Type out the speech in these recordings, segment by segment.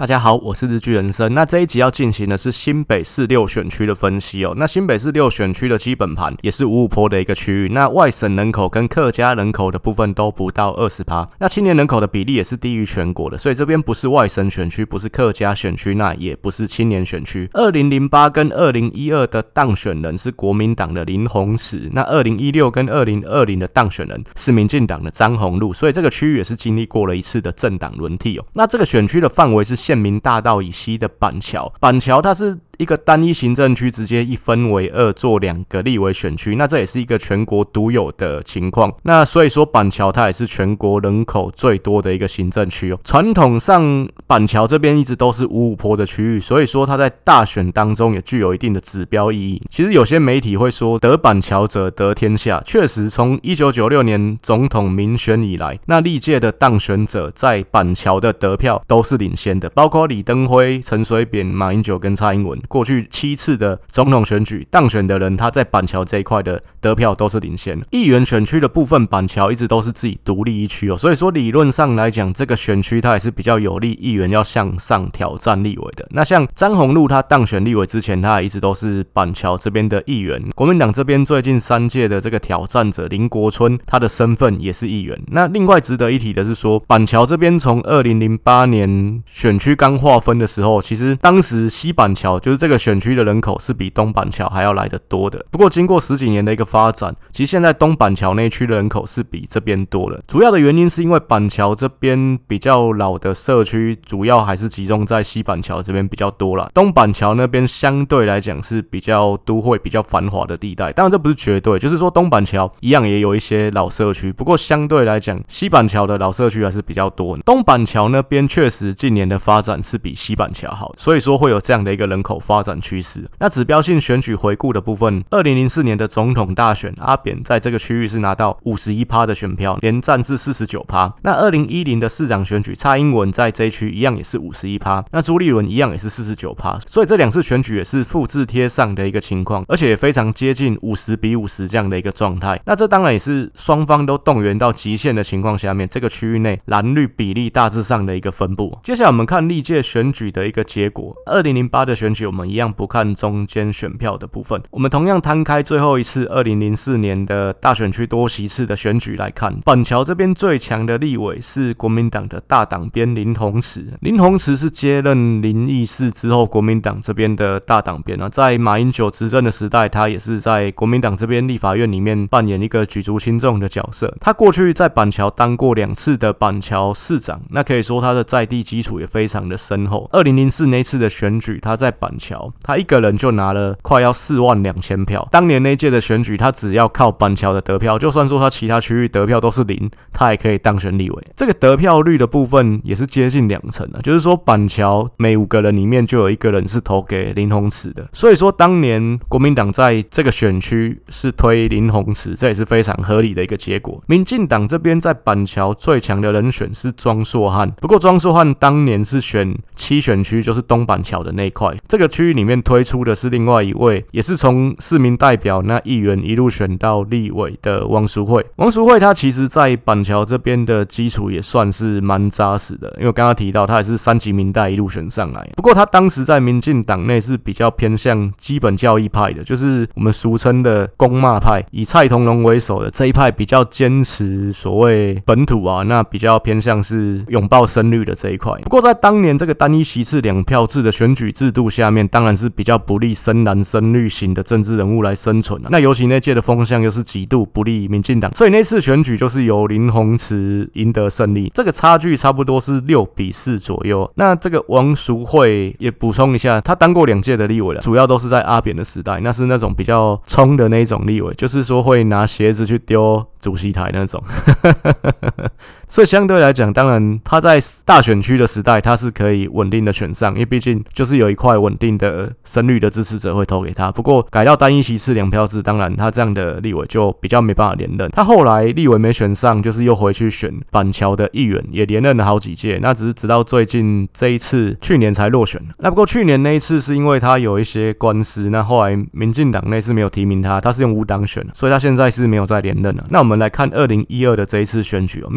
大家好，我是日剧人生。那这一集要进行的是新北市6选区的分析哦。那新北市6选区的基本盘也是五五波的一个区域。那外省人口跟客家人口的部分都不到 20%， 那青年人口的比例也是低于全国的，所以这边不是外省选区，不是客家选区，那也不是青年选区。2008跟2012的当选人是国民党的林鸿池，那2016跟2020的当选人是民进党的张宏陆，所以这个区域也是经历过了一次的政党轮替哦。那这个选区的范围是县民大道以西的板桥，板桥它是一个单一行政区，直接一分为二，做2个立委选区，那这也是一个全国独有的情况。那所以说板桥它也是全国人口最多的一个行政区哦。传统上板桥这边一直都是五五波的区域，所以说它在大选当中也具有一定的指标意义。其实有些媒体会说得板桥者得天下，确实从1996年总统民选以来，那历届的当选者在板桥的得票都是领先的，包括李登辉、陈水扁、马英九跟蔡英文。过去7次的总统选举当选的人，他在板桥这一块的得票都是领先的。议员选区的部分，板桥一直都是自己独立一区哦，所以说理论上来讲，这个选区它也是比较有利议员要向上挑战立委的。那像张宏陆他当选立委之前，他也一直都是板桥这边的议员。国民党这边最近3届的这个挑战者林国春，他的身份也是议员。那另外值得一提的是说，板桥这边从2008年选区刚划分的时候，其实当时西板桥就是这个选区的人口是比东板桥还要来得多的。不过经过10几年的一个发展，其实现在东板桥那一区的人口是比这边多了。主要的原因是因为板桥这边比较老的社区，主要还是集中在西板桥这边比较多啦。东板桥那边相对来讲是比较都会、比较繁华的地带。当然这不是绝对，就是说东板桥一样也有一些老社区，不过相对来讲，西板桥的老社区还是比较多。东板桥那边确实近年的发展是比西板桥好，所以说会有这样的一个人口发展趋势。那指标性选举回顾的部分，2004年的总统大选，阿扁在这个区域是拿到 51% 的选票，连战是 49%。那2010的市长选举，蔡英文在这一区一样也是 51%， 那朱立伦一样也是 49%， 所以这2次选举也是复制贴上的一个情况，而且也非常接近50比50这样的一个状态。那这当然也是双方都动员到极限的情况下面，这个区域内蓝绿比例大致上的一个分布。接下来我们看历届选举的一个结果。2008的选举我们一样不看中间选票的部分，我们同样摊开最后一次2004年的大选区多席次的选举来看，板桥这边最强的立委是国民党的大党边林鸿池。林鸿池是接任林义士之后国民党这边的大党边，在马英九执政的时代，他也是在国民党这边立法院里面扮演一个举足轻重的角色。他过去在板桥当过2次的板桥市长，那可以说他的在地基础也非常的深厚。2004那次的选举，他在板桥，他一个人就拿了快要42000票。当年那届的选举，他只要靠板桥的得票，就算说他其他区域得票都是0，他也可以当选立委。这个得票率的部分也是接近20%的，就是说板桥每5个人里面就有1个人是投给林鸿池的。所以说当年国民党在这个选区是推林鸿池，这也是非常合理的一个结果。民进党这边在板桥最强的人选是庄硕汉，不过庄硕汉当年是选7选区，就是东板桥的那一块。这个区域里面推出的是另外一位，也是从市民代表那议员一路选到立委的王淑慧。王淑慧他其实在板桥这边的基础也算是蛮扎实的，因为刚刚提到他也是3级民代一路选上来。不过他当时在民进党内是比较偏向基本教义派的，就是我们俗称的公骂派，以蔡同荣为首的这一派比较坚持所谓本土啊，那比较偏向是拥抱深绿的这一块。不过在当年这个单一席次2票制的选举制度下面，当然是比较不利深蓝深绿型的政治人物来生存那尤其那届的风向又是极度不利民进党，所以那次选举就是由林鸿池赢得胜利，这个差距差不多是6比4左右。那这个王淑慧也补充一下，他当过2届的立委了，主要都是在阿扁的时代，那是那种比较冲的那一种立委，就是说会拿鞋子去丢主席台那种所以相对来讲，当然他在大选区的时代他是可以稳定的选上，因为毕竟就是有一块稳定的深绿的支持者会投给他。不过改到单一席次2票制，当然他这样的立委就比较没办法连任。他后来立委没选上，就是又回去选板桥的议员，也连任了好几届，那只是直到最近这一次去年才落选。那不过去年那一次是因为他有一些官司，那后来民进党内是没有提名他，他是用无党选，所以他现在是没有再连任了。那我们来看2012的这一次选举民进党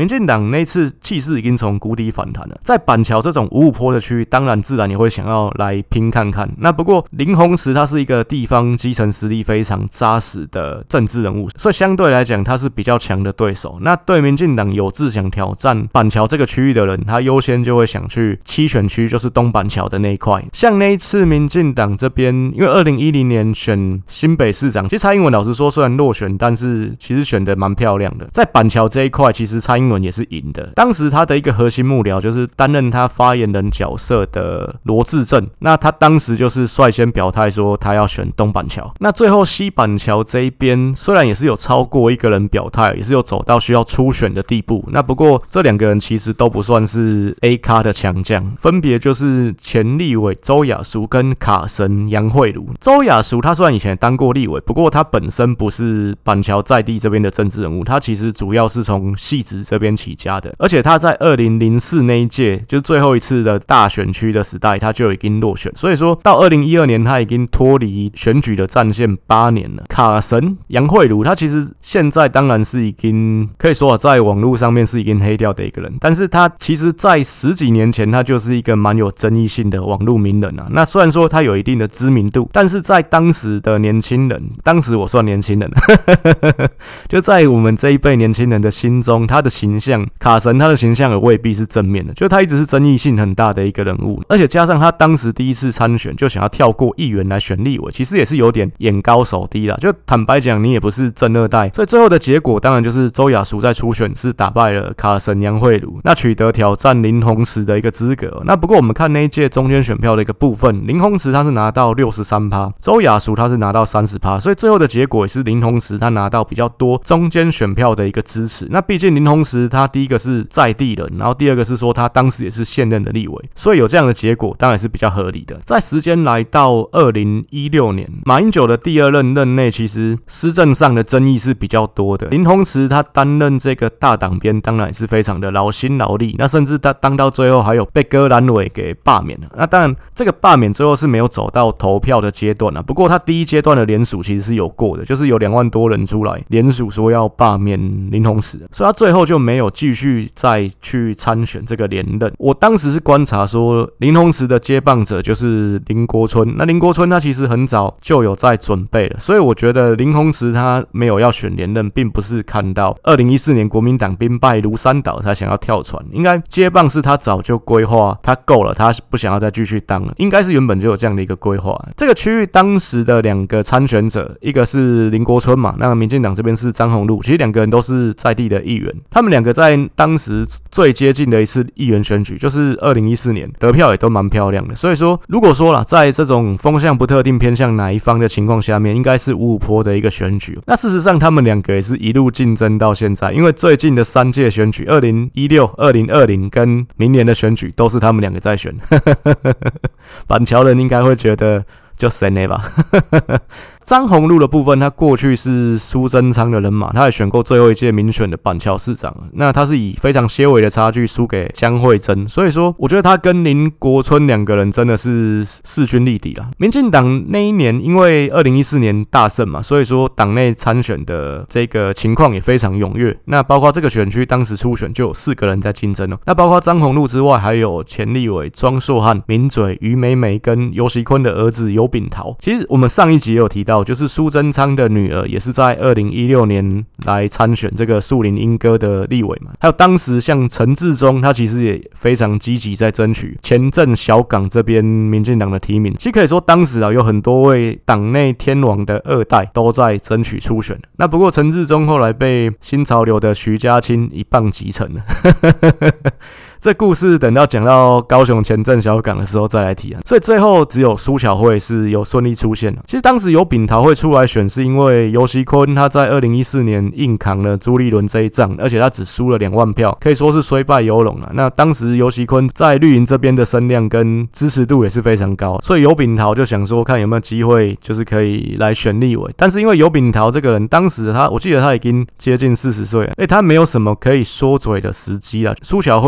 党那次气势已经从谷底反弹了，在板桥这种五五波的区域，当然自然也会想要来拼看看。那不过林鸿池他是一个地方基层实力非常扎实的政治人物，所以相对来讲他是比较强的对手。那对民进党有志想挑战板桥这个区域的人，他优先就会想去7选区，就是东板桥的那一块。像那一次民进党这边，因为2010年选新北市长，其实蔡英文老实说虽然落选，但是其实选得蛮漂亮的。在板桥这一块，其实蔡英文也是赢的。当时他的一个核心幕僚就是担任他发言人角色的罗致政，那他当时就是率先表态说他要选东板桥。那最后西板桥这一边虽然也是有超过一个人表态，也是有走到需要初选的地步，那不过这两个人其实都不算是 A 咖的强将，分别就是前立委周雅淑跟卡神杨惠如。周雅淑他虽然以前当过立委，不过他本身不是板桥在地这边的政治人物，他其实主要是从汐止这边起家的，而且他在2004那一届就是最后一次的大选区的时代，他就已经落选，所以说到2012年他已经脱离选举的战线8年了。卡神杨惠如他其实现在当然是已经可以说在网络上面是已经黑掉的一个人，但是他其实在10几年前他就是一个蛮有争议性的网络名人啊。那虽然说他有一定的知名度，但是在当时的年轻人，当时我算年轻人就在我们这一辈年轻人的心中，他的形象卡神他的形象也未必是正面的，就他一直是争议性很大的一个人物，而且加上他当时第一次参选就想要跳过议员来选立委，其实也是有点眼高手低啦。就坦白讲，你也不是正二代，所以最后的结果当然就是周雅淑在初选是打败了卡神杨惠如，那取得挑战林鸿池的一个资格。那不过我们看那一届中间选票的一个部分，林鸿池他是拿到 63%， 周雅淑他是拿到 30%， 所以最后的结果也是林鸿池他拿到比较多中间选票的一个支持。那毕竟林鸿池他第一个是在地人，然后第二个是说他当时也是现任的立委，所以有这样的结果当然是比较合理的。在时间来到2016年，马英九的第二任任内，其实施政上的争议是比较多的。林鸿池他担任这个大党编，当然也是非常的劳心劳力，那甚至他当到最后还有被割阑尾给罢免了。那当然这个罢免最后是没有走到投票的阶段了，不过他第一阶段的联署其实是有过的，就是有2万多人出来联署说要罢免林鸿池，所以他最后就没有继续再去参选这个连任。我当时是观察说林鸿池的接棒者就是林国春，那林国春他其实很早就有在准备了，所以我觉得林鸿池他没有要选连任，并不是看到2014年国民党兵败如山倒才想要跳船，应该接棒是他早就规划，他够了，他不想要再继续当了，应该是原本就有这样的一个规划。这个区域当时的2个参选者，一个是林国春嘛，那民进党这边是张宏陆，其实2个人都是在地的议员，他们2个在当时最接近的一次议员选举就是2014年，得票也都蛮漂亮的。所以说如果说啦，在这种风向不特定偏向哪一方的情况下面，应该是五五波的一个选举。那事实上他们2个也是一路竞争到现在，因为最近的3届选举2016、2020跟明年的选举都是他们2个在选板桥人应该会觉得就神了吧张宏陆的部分，他过去是苏贞昌的人马，他也选过最后一届民选的板桥市长，那他是以非常些微的差距输给江惠珍，所以说我觉得他跟林国春2个人真的是势均力敌啦。民进党那一年因为2014年大胜嘛，所以说党内参选的这个情况也非常踊跃，那包括这个选区当时初选就有4个人在竞争哦，那包括张宏陆之外，还有前立委庄硕汉、名嘴于美美跟游锡堃的儿子游秉桃。其实我们上一集也有提到，就是苏贞昌的女儿也是在2016年来参选这个树林莺歌的立委嘛，还有当时像陈致中，他其实也非常积极在争取前镇小港这边民进党的提名。其实可以说当时有很多位党内天王的2代都在争取初选，那不过陈致中后来被新潮流的徐家清一棒击沉了这故事等到讲到高雄前镇小港的时候再来提啊。所以最后只有苏巧慧是有顺利出现的。其实当时游秉桃会出来选，是因为游锡堃他在2014年硬扛了朱立伦这一仗，而且他只输了2万票，可以说是虽败犹荣啊。那当时游锡堃在绿营这边的声量跟支持度也是非常高，所以游秉桃就想说看有没有机会，就是可以来选立委。但是因为游秉桃这个人，当时我记得他已经接近40岁了，他没有什么可以说嘴的时机啊。苏巧慧至少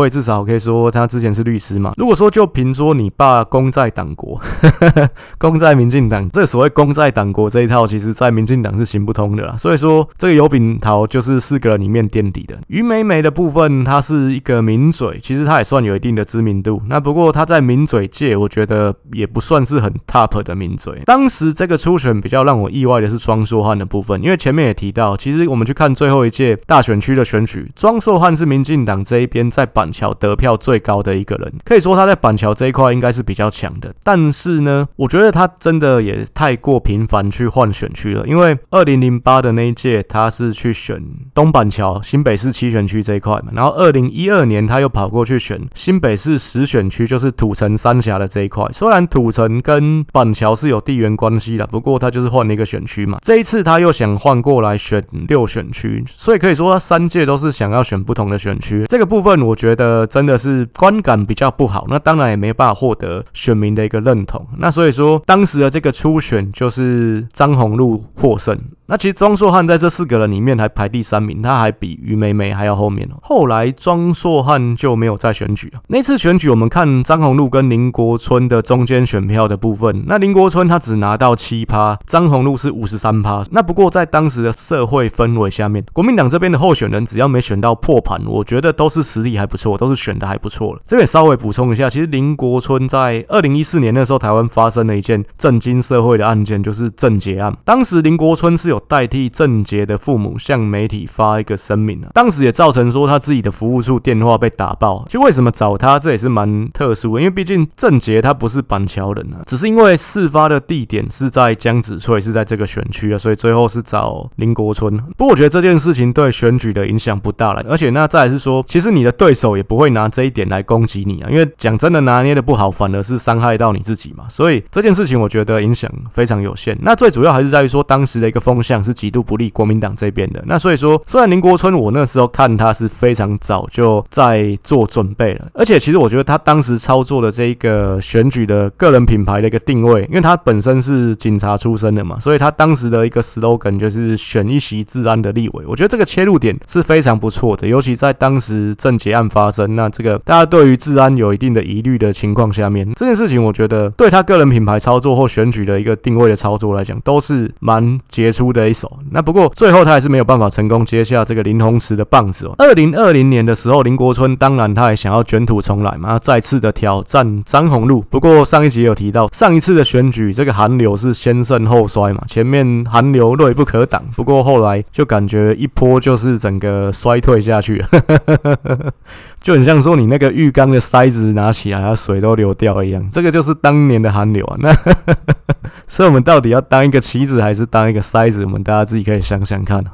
可以说他之前是律师嘛。如果说就凭说你爸功在党国功在民进党，这所谓功在党国这一套其实在民进党是行不通的啦。所以说这个尤炳桃就是4个人里面垫底的。于美美的部分，她是一个名嘴，其实她也算有一定的知名度，那不过她在名嘴界我觉得也不算是很 top 的名嘴。当时这个初选比较让我意外的是庄硕汉的部分，因为前面也提到，其实我们去看最后一届大选区的选举，庄硕汉是民进党这一边在板桥得票最高的一个人，可以说他在板桥这一块应该是比较强的。但是呢，我觉得他真的也太过频繁去换选区了，因为2008的那一届他是去选东板桥新北市7选区这一块嘛，然后2012年他又跑过去选新北市10选区，就是土城三峡的这一块。虽然土城跟板桥是有地缘关系的，不过他就是换了一个选区嘛。这一次他又想换过来选6选区，所以可以说他3届都是想要选不同的选区。这个部分我觉得真的是观感比较不好，那当然也没办法获得选民的一个认同。那所以说当时的这个初选就是张宏陆获胜。那其实庄硕汉在这4个人里面还排第3名，他还比于美美还要后面哦。后来庄硕汉就没有再选举啊。那次选举我们看张宏陆跟林国春的中间选票的部分，那林国春他只拿到 7%， 张宏陆是 53%。那不过在当时的社会氛围下面，国民党这边的候选人只要没选到破盘，我觉得都是实力还不错，都是选的还不错了。这边稍微补充一下，其实林国春在2014年那时候台湾发生了一件震惊社会的案件，就是郑捷案。当时林国春是有代替郑捷的父母向媒体发一个声明啊，当时也造成说他自己的服务处电话被打爆。就为什么找他，这也是蛮特殊的，因为毕竟郑捷他不是板桥人啊，只是因为事发的地点是在江子翠，是在这个选区啊，所以最后是找林国春。不过我觉得这件事情对选举的影响不大了，而且那再来是说，其实你的对手也不会拿这一点来攻击你啊，因为讲真的拿捏的不好，反而是伤害到你自己嘛。所以这件事情我觉得影响非常有限。那最主要还是在于说当时的一个风向是极度不利国民党这边的。那所以说，虽然林国春我那时候看他是非常早就在做准备了，而且其实我觉得他当时操作的这一个选举的个人品牌的一个定位，因为他本身是警察出身的嘛，所以他当时的一个 slogan 就是选一席治安的立委。我觉得这个切入点是非常不错的，尤其在当时郑捷案发生，那这个大家对于治安有一定的疑虑的情况下面，这件事情我觉得对他个人品牌操作或选举的一个定位的操作来讲，都是蛮杰出的一手。那不过最后他还是没有办法成功接下这个林鸿池的棒子哦。2020年的时候，林国春当然他也想要卷土重来嘛，再次的挑战张宏陆。不过上一集有提到，上一次的选举这个韩流是先盛后衰嘛，前面韩流锐不可挡，不过后来就感觉一波就是整个衰退下去了就很像说你那个浴缸的塞子拿起来，水都流掉了一样，这个就是当年的韩流啊。那所以我们到底要当一个棋子还是当一个塞子，我们大家自己可以想想看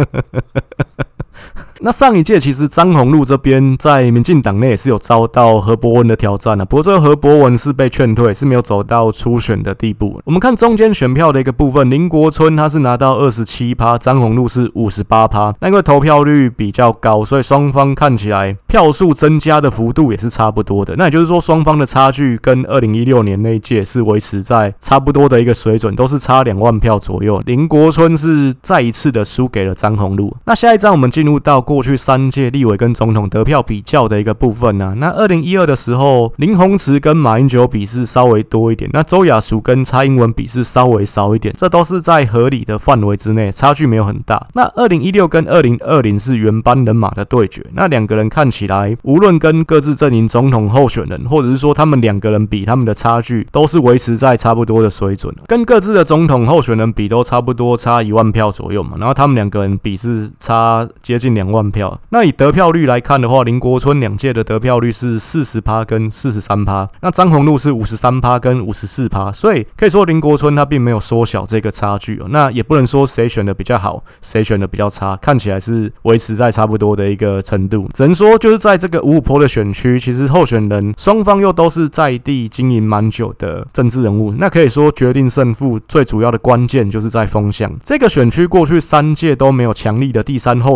那上一届其实张宏陆这边在民进党内也是有遭到何博文的挑战啊，不过最后何博文是被劝退，是没有走到初选的地步。我们看中间选票的一个部分，林国春他是拿到 27%， 张宏陆是 58%。那因为投票率比较高，所以双方看起来票数增加的幅度也是差不多的。那也就是说，双方的差距跟2016年那一届是维持在差不多的一个水准，都是差2万票左右。林国春是再一次的输给了张宏陆。那下一章我们进入到过去3届立委跟总统得票比较的一个部分啊。那2012的时候，林鸿池跟马英九比是稍微多一点，那周雅淑跟蔡英文比是稍微少一点，这都是在合理的范围之内，差距没有很大。那2016跟2020是原班人马的对决，那2个人看起来无论跟各自阵营总统候选人，或者是说他们2个人比，他们的差距都是维持在差不多的水准，跟各自的总统候选人比都差不多差1万票左右嘛，然后他们2个人比是差接近2万票。那以得票率来看的话，林国春2届的得票率是 40% 跟 43%， 那张宏陆是 53% 跟 54%， 所以可以说林国春他并没有缩小这个差距哦。那也不能说谁选的比较好，谁选的比较差，看起来是维持在差不多的一个程度。只能说就是在这个五五波的选区，其实候选人双方又都是在地经营蛮久的政治人物，那可以说决定胜负最主要的关键就是在风向。这个选区过去3届都没有强力的第3候选人来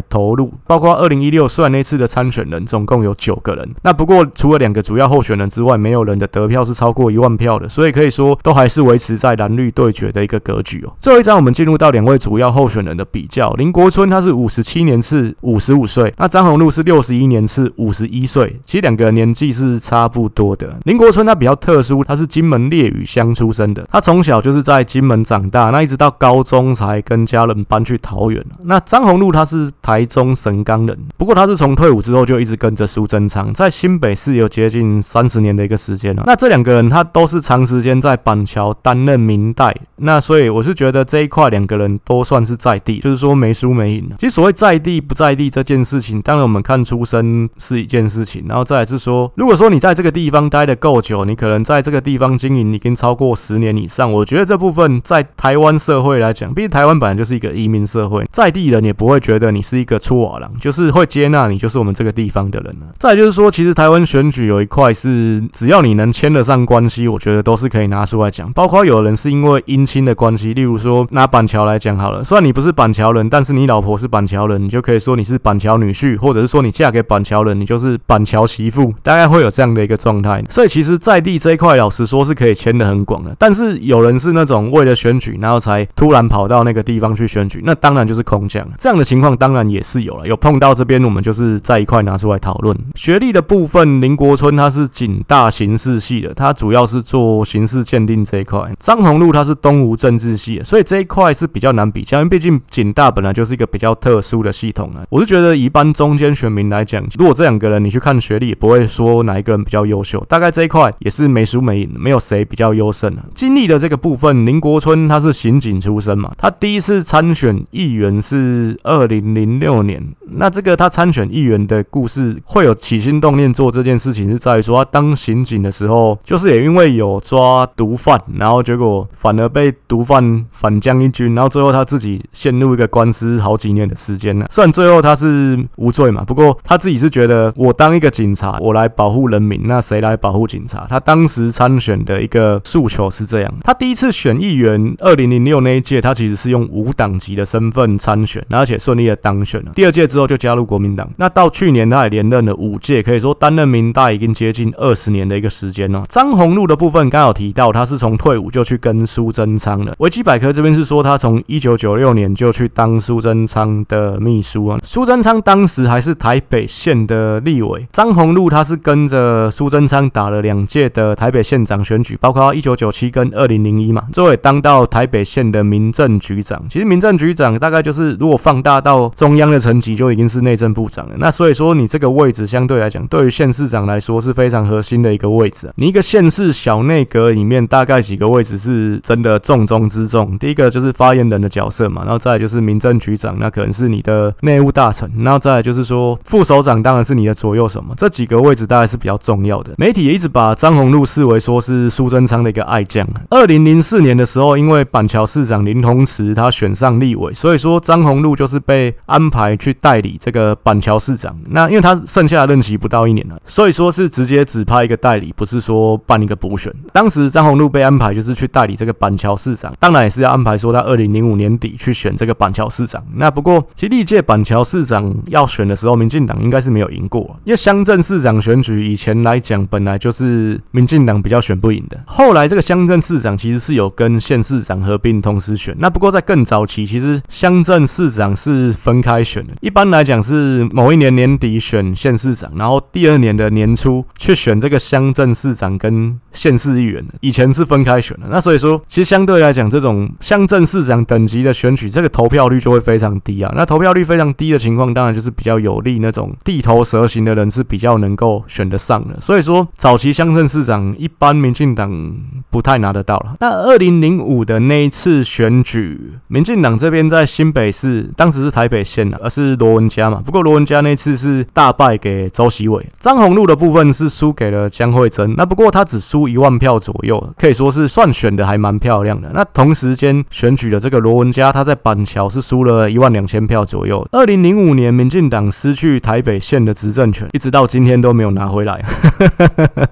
投入，包括2016虽然那次的参选人总共有9个人，那不过除了2个主要候选人之外，没有人的得票是超过1万票的，所以可以说都还是维持在蓝绿对决的一个格局哦。最后一张我们进入到2位主要候选人的比较，林国春他是57年次55岁，那张宏陆是61年次51岁，其实2个人年纪是差不多的。林国春他比较特殊，他是金门烈屿乡出生的，他从小就是在金门长大，那一直到高中才跟家人搬去桃园。那张宏陆他是台中神冈人，不过他是从退伍之后就一直跟着苏贞昌，在新北市有接近30年的一个时间了。那这2个人他都是长时间在板桥担任民代，那所以我是觉得这一块2个人都算是在地，就是说没输没赢。其实所谓在地不在地这件事情，当然我们看出身是一件事情，然后再来是说，如果说你在这个地方待得够久，你可能在这个地方经营已经超过10年以上，我觉得这部分在台湾社会来讲，毕竟台湾本来就是一个移民社会，在地人也不会觉得你是一个出瓦郎，就是会接纳你就是我们这个地方的人。再来就是说，其实台湾选举有一块是只要你能牵得上关系，我觉得都是可以拿出来讲，包括有人是因为姻亲的关系，例如说拿板桥来讲好了，虽然你不是板桥人，但是你老婆是板桥人，你就可以说你是板桥女婿，或者是说你嫁给板桥人，你就是板桥媳妇，大概会有这样的一个状态。所以其实在地这一块老实说是可以牵得很广的，但是有人是那种为了选举然后才突然跑到那个地方去选举，那当然就是空降，这样的情况当然也是有了，有碰到这边我们就是在一块拿出来讨论。学历的部分，林国春他是警大刑事系的，他主要是做刑事鉴定这一块。张宏陆他是东吴政治系的，所以这一块是比较难比较，因为毕竟警大本来就是一个比较特殊的系统啊。我是觉得以一般中间选民来讲，如果这2个人你去看学历，也不会说哪一个人比较优秀，大概这一块也是没输没赢，没有谁比较优胜啊。经历的这个部分，林国春他是刑警出身嘛，他第一次参选议员是2006年，那这个他参选议员的故事会有起心动念做这件事情，是在于说他当刑警的时候，就是也因为有抓毒贩，然后结果反而被毒贩反将一军，然后最后他自己陷入一个官司好几年的时间了。虽然最后他是无罪嘛，不过他自己是觉得我当一个警察，我来保护人民，那谁来保护警察？他当时参选的一个诉求是这样。他第一次选议员2006那一届，他其实是用无党籍的身份参选，而且顺利的当选了。第2届之后就加入国民党，那到去年他也连任了5届，可以说担任民代已经接近20年的一个时间了。张宏陆的部分刚好提到，他是从退伍就去跟苏贞昌了。维基百科这边是说他从1996年就去当苏贞昌的秘书啊。苏贞昌当时还是台北县的立委，张宏陆他是跟着苏贞昌打了2届的台北县长选举，包括1997跟2001嘛，最后也当到台北县的民政局长。其实民政局长大概就是如果放大到中央的层级，就已经是内政部长了。那所以说你这个位置相对来讲，对于县市长来说是非常核心的一个位置。你一个县市小内阁里面大概几个位置是真的重中之重，第一个就是发言人的角色嘛，然后再来就是民政局长，那可能是你的内务大臣，然后再来就是说副首长当然是你的左右手嘛，这几个位置大概是比较重要的。媒体也一直把张宏陆视为说是苏贞昌的一个爱将。2004年的时候，因为板桥市长林鸿池他选上立委，所以说张宏陆就是被安排去代理这个板桥市长。那因为他剩下的任期不到1年了，所以说是直接指派一个代理，不是说办一个补选。当时张宏陆被安排就是去代理这个板桥市长，当然也是要安排说他2005年底去选这个板桥市长。那不过其实历届板桥市长要选的时候，民进党应该是没有赢过，因为乡镇市长选举以前来讲本来就是民进党比较选不赢的。后来这个乡镇市长其实是有跟县市长合并同时选，那不过在更早期其实乡镇市长是分开选的，一般来讲是某一年年底选县市长，然后第2年的年初去选这个乡镇市长跟县市议员，以前是分开选的。那所以说其实相对来讲这种乡镇市长等级的选举，这个投票率就会非常低啊。那投票率非常低的情况，当然就是比较有利那种地头蛇形的人是比较能够选得上的。所以说早期乡镇市长一般民进党不太拿得到了。那2005的那一次选举，民进党这边在新北市，当时是台北县而是罗文嘉嘛，不过罗文嘉那次是大败给周锡伟。张宏陆的部分是输给了江惠珍，那不过他只输1万票左右，可以说是算选的还蛮漂亮的。那同时间选举的这个罗文嘉，他在板桥是输了12000票左右。2005年民进党失去台北县的执政权，一直到今天都没有拿回来。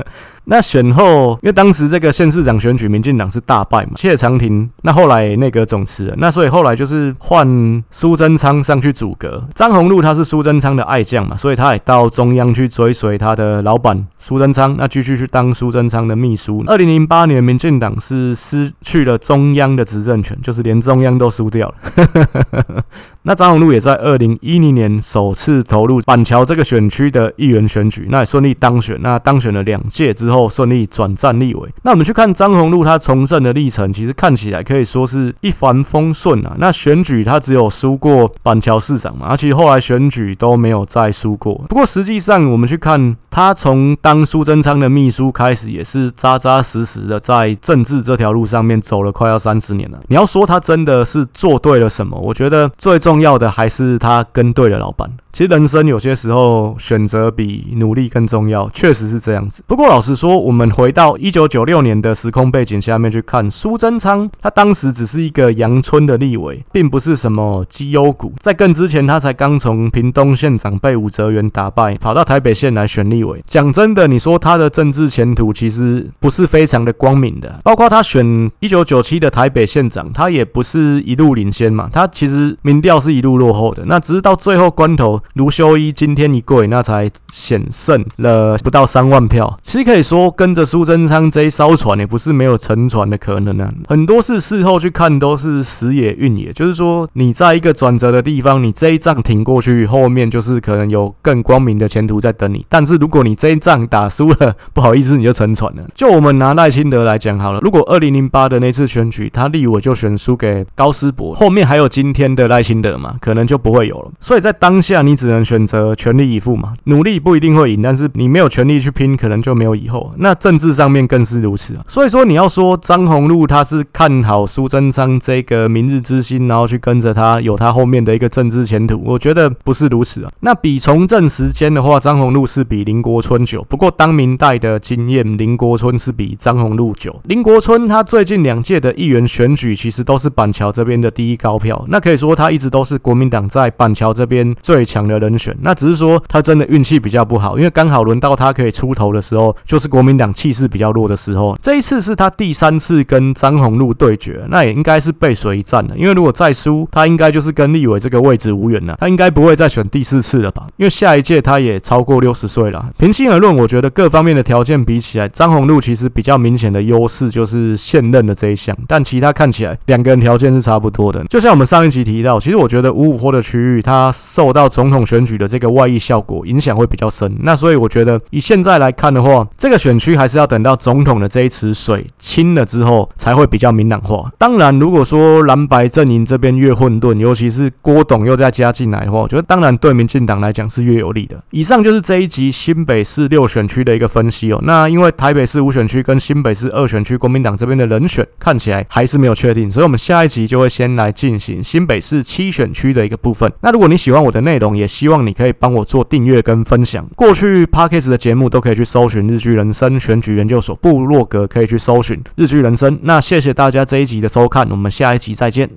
那选后，因为当时这个县市长选举，民进党是大败嘛，谢长廷那后来内阁总辞了，那所以后来就是换苏贞昌上去组阁。张宏陆他是苏贞昌的爱将嘛，所以他也到中央去追随他的老板苏贞昌，那继续去当苏贞昌的秘书。2008年，民进党是失去了中央的执政权，就是连中央都输掉了。那张宏陆也在2010年首次投入板桥这个选区的议员选举，那也顺利当选。那当选了2届之后，顺利转战立委。那我们去看张宏陆他从政的历程，其实看起来可以说是一帆风顺啊。那选举他只有输过板桥市长嘛，其实后来选举都没有再输过。不过实际上我们去看他从当苏贞昌的秘书开始，也是扎扎实实的在政治这条路上面走了快要30年了。你要说他真的是做对了什么，我觉得最重要的还是他跟对了老板。其实人生有些时候选择比努力更重要，确实是这样子。不过老实说，我们回到1996年的时空背景下面去看，苏贞昌他当时只是一个阳春的立委，并不是什么绩优股。在更之前，他才刚从屏东县长被武则元打败，跑到台北县来选立委。讲真的，你说他的政治前途其实不是非常的光明的。包括他选1997的台北县长，他也不是一路领先嘛，他其实民调是一路落后的。那只是到最后关头，卢修一今天一跪，那才险胜了不到3万票。其实可以说，跟着苏贞昌这一艘船也不是没有沉船的可能啊。很多事后去看都是时也运也，就是说你在一个转折的地方，你这一仗挺过去，后面就是可能有更光明的前途在等你。但是如果你这一仗打输了，不好意思，你就沉船了。就我们拿赖清德来讲好了，如果2008的那次选举，他立委就选输给高思博，后面还有今天的赖清德嘛，可能就不会有了。所以在当下，你只能选择全力以赴嘛，努力不一定会赢，但是你没有全力去拼，可能就没有以后。那政治上面更是如此啊。所以说，你要说张宏陆他是看好苏贞昌这个明日之星，然后去跟着他，有他后面的一个政治前途，我觉得不是如此啊。那比从政时间的话，张宏陆是比林国春久，不过当明代的经验，林国春是比张宏陆久。林国春他最近2届的议员选举，其实都是板桥这边的第一高票，那可以说他一直都是国民党在板桥这边最强的人选。那只是说他真的运气比较不好，因为刚好轮到他可以出头的时候，就是国民党气势比较弱的时候。这一次是他第3次跟张宏陆对决，那也应该是背水一战了。因为如果再输，他应该就是跟立委这个位置无缘了，他应该不会再选第4次了吧？因为下一届他也超过60岁了。平心而论，我觉得各方面的条件比起来，张宏陆其实比较明显的优势就是现任的这一项，但其他看起来2个人条件是差不多的。就像我们上一集提到，其实我觉得5五坡的区域，它受到总统选举的这个外溢效果影响会比较深。那所以我觉得以现在来看的话，这个选区还是要等到总统的这一池水清了之后，才会比较明朗化。当然，如果说蓝白阵营这边越混沌，尤其是郭董又再加进来的话，我觉得当然对民进党来讲是越有利的。以上就是这一集新北市6选区的一个分析哦。那因为台北市5选区跟新北市2选区国民党这边的人选看起来还是没有确定，所以我们下一集就会先来进行新北市7选区的一个部分。那如果你喜欢我的内容，也希望你可以帮我做订阅跟分享。过去 Podcast 的节目都可以去搜寻日剧人生选举研究所部落格，可以去搜寻日剧人生。那谢谢大家这一集的收看，我们下一集再见。